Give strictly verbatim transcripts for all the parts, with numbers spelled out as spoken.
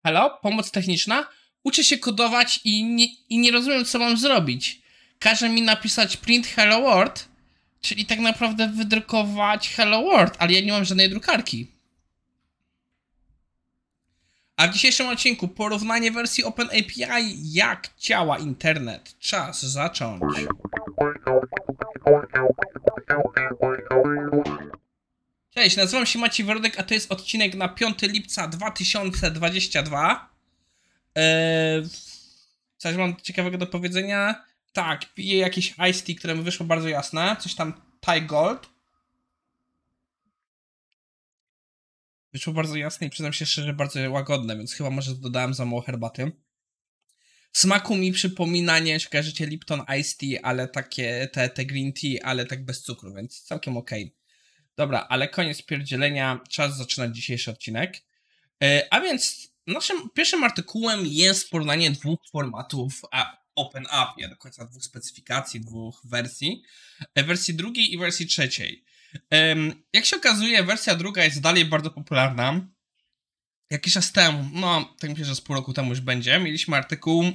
Halo? Pomoc techniczna? Uczę się kodować i nie, i nie rozumiem, co mam zrobić. Każe mi napisać print hello world, czyli tak naprawdę wydrukować hello world, ale ja nie mam żadnej drukarki. A w dzisiejszym odcinku porównanie wersji OpenAPI, jak działa internet. Czas zacząć. Cześć, nazywam się Maciej Wrodek, a to jest odcinek na piątego lipca dwa tysiące dwudziestego drugiego. Eee, coś mam ciekawego do powiedzenia? Tak, piję jakieś iced tea, które mi wyszło bardzo jasne. Coś tam Thai Gold. Wyszło bardzo jasne i przyznam się szczerze, bardzo łagodne, więc chyba może dodałem za mało herbaty. W smaku mi przypomina, nie wiem, czy kojarzycie Lipton Iced Tea, ale takie, te, te green tea, ale tak bez cukru, więc całkiem okej. Okay. Dobra, ale koniec pierdzielenia, czas zaczynać dzisiejszy odcinek. Yy, a więc naszym pierwszym artykułem jest porównanie dwóch formatów OpenAPI, nie do końca dwóch specyfikacji, dwóch wersji. Yy, wersji drugiej i wersji trzeciej. Yy, jak się okazuje, wersja druga jest dalej bardzo popularna. Jakiś czas temu, no tak myślę, że z pół roku temu już będzie, mieliśmy artykuł,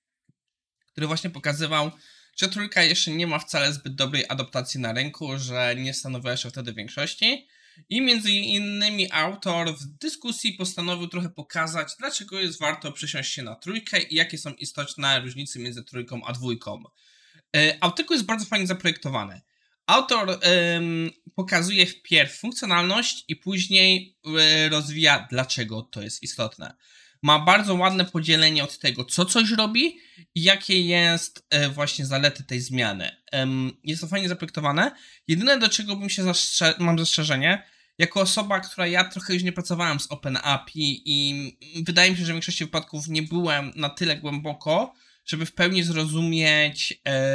który właśnie pokazywał, że trójka jeszcze nie ma wcale zbyt dobrej adaptacji na rynku, że nie stanowiła jeszcze wtedy większości. I między innymi autor w dyskusji postanowił trochę pokazać, dlaczego jest warto przesiąść się na trójkę i jakie są istotne różnice między trójką a dwójką. Yy, artykuł jest bardzo fajnie zaprojektowany. Autor ym, pokazuje wpierw funkcjonalność i później yy, rozwija, dlaczego to jest istotne. Ma bardzo ładne podzielenie od tego, co coś robi i jakie jest yy, właśnie zalety tej zmiany. Ym, jest to fajnie zaprojektowane. Jedyne, do czego bym się zastrze- mam zastrzeżenie, jako osoba, która ja trochę już nie pracowałem z OpenAPI i wydaje mi się, że w większości wypadków nie byłem na tyle głęboko, żeby w pełni zrozumieć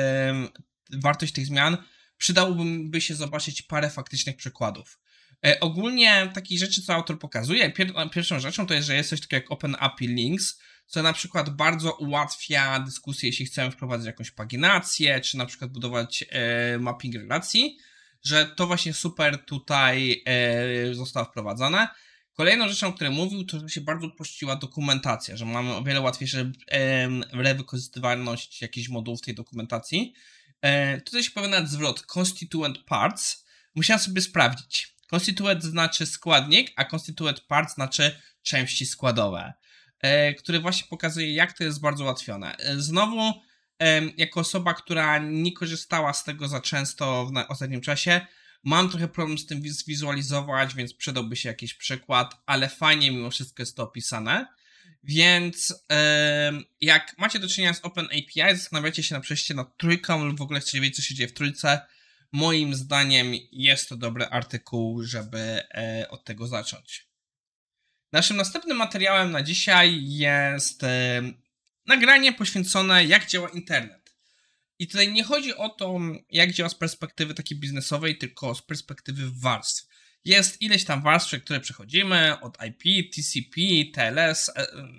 yy, wartość tych zmian, przydałoby się zobaczyć parę faktycznych przykładów. E, ogólnie takich rzeczy, co autor pokazuje, pier pierwszą rzeczą to jest, że jest coś takiego jak OpenAPI Links, co na przykład bardzo ułatwia dyskusję, jeśli chcemy wprowadzić jakąś paginację, czy na przykład budować e, mapping relacji, że to właśnie super tutaj e, zostało wprowadzone. Kolejną rzeczą, o której mówił, to że się bardzo uprościła dokumentacja, że mamy o wiele łatwiejszą e, wykorzystywalność jakichś modułów tej dokumentacji. E, tutaj się pojawia nawet zwrot constituent parts. Musiałem sobie sprawdzić. Constituent znaczy składnik, a constituent parts znaczy części składowe, e, który właśnie pokazuje, jak to jest bardzo ułatwione. E, znowu, e, jako osoba, która nie korzystała z tego za często w na ostatnim czasie, mam trochę problem z tym zwizualizować, więc przydałby się jakiś przykład, ale fajnie mimo wszystko jest to opisane. Więc yy, jak macie do czynienia z OpenAPI, zastanawiacie się na przejście na trójką lub w ogóle chcecie wiedzieć, co się dzieje w trójce, moim zdaniem jest to dobry artykuł, żeby yy, od tego zacząć. Naszym następnym materiałem na dzisiaj jest yy, nagranie poświęcone, jak działa internet. I tutaj nie chodzi o to, jak działa z perspektywy takiej biznesowej, tylko z perspektywy warstw. Jest ileś tam warstw, które przechodzimy, od I P, T C P, T L S,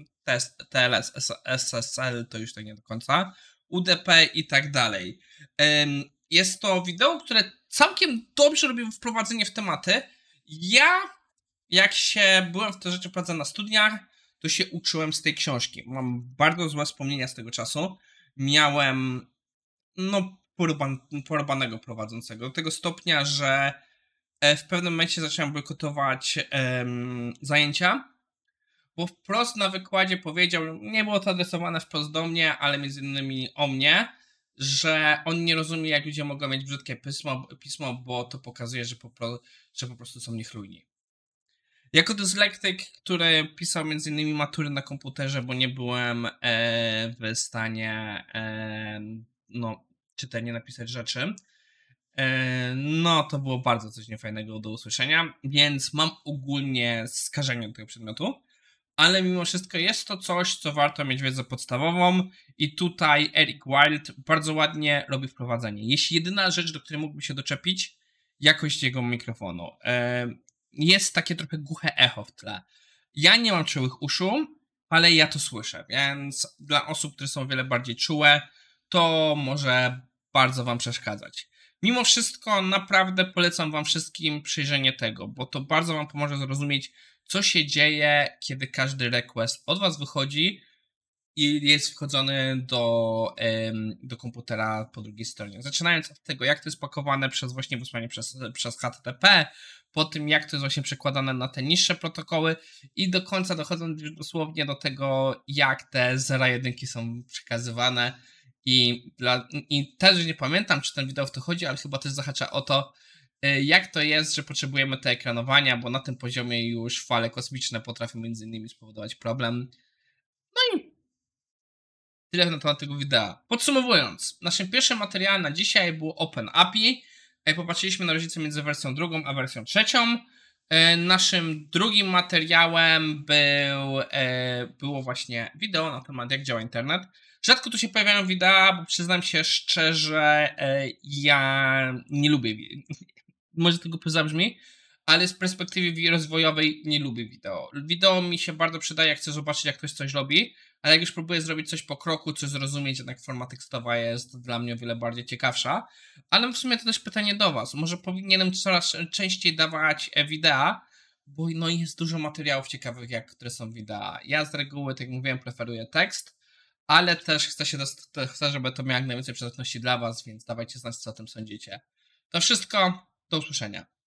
T L S, S S L, to już tak nie do końca, U D P i tak dalej. Jest to wideo, które całkiem dobrze robi wprowadzenie w tematy. Ja, jak się byłem w te rzeczy prowadzony na studiach, to się uczyłem z tej książki. Mam bardzo złe wspomnienia z tego czasu. Miałem, no, poroban, porobanego prowadzącego, do tego stopnia, że w pewnym momencie zacząłem bojkotować um, zajęcia, bo wprost na wykładzie powiedział, nie było to adresowane wprost do mnie, ale między innymi o mnie, że on nie rozumie, jak ludzie mogą mieć brzydkie pismo, pismo bo to pokazuje, że po, pro, że po prostu są niechlujni. Jako dyslektyk, który pisał między innymi matury na komputerze, bo nie byłem e, w stanie e, no, czytelnie napisać rzeczy, no, to było bardzo coś niefajnego do usłyszenia, więc mam ogólnie skażenie do tego przedmiotu, ale mimo wszystko jest to coś, co warto mieć wiedzę podstawową i tutaj Eric Wilde bardzo ładnie robi wprowadzenie. Jeśli jedyna rzecz, do której mógłby się doczepić, jakość jego mikrofonu. Jest takie trochę głuche echo w tle. Ja nie mam czułych uszu, ale ja to słyszę, więc dla osób, które są o wiele bardziej czułe, to może bardzo wam przeszkadzać. Mimo wszystko naprawdę polecam wam wszystkim przyjrzenie tego, bo to bardzo wam pomoże zrozumieć, co się dzieje, kiedy każdy request od was wychodzi i jest wchodzony do, ym, do komputera po drugiej stronie. Zaczynając od tego, jak to jest pakowane przez właśnie wysłanie przez, przez H T T P, po tym, jak to jest właśnie przekładane na te niższe protokoły i do końca dochodząc już dosłownie do tego, jak te zera jedynki są przekazywane. I, dla, I też nie pamiętam, czy ten wideo w to chodzi, ale chyba też zahacza o to, jak to jest, że potrzebujemy te ekranowania, bo na tym poziomie już fale kosmiczne potrafią między innymi spowodować problem. No i tyle na temat tego wideo. Podsumowując, naszym pierwszym materiałem na dzisiaj było Open A P I. Popatrzyliśmy na różnicę między wersją drugą a wersją trzecią. Naszym drugim materiałem był, było właśnie wideo na temat, jak działa internet. Rzadko tu się pojawiają wideo, bo przyznam się szczerze, ja nie lubię, może tego zabrzmi, ale z perspektywy rozwojowej nie lubię wideo. Wideo mi się bardzo przydaje, jak chcę zobaczyć, jak ktoś coś robi, ale jak już próbuję zrobić coś po kroku, coś zrozumieć, jednak forma tekstowa jest dla mnie o wiele bardziej ciekawsza. Ale w sumie to też pytanie do was. Może powinienem coraz częściej dawać wideo, bo no jest dużo materiałów ciekawych, jak, które są wideo. Ja z reguły, tak jak mówiłem, preferuję tekst, ale też chcę, się dost- chcę, żeby to miało jak najwięcej przydatności dla was, więc dawajcie znać, co o tym sądzicie. To wszystko. Do usłyszenia.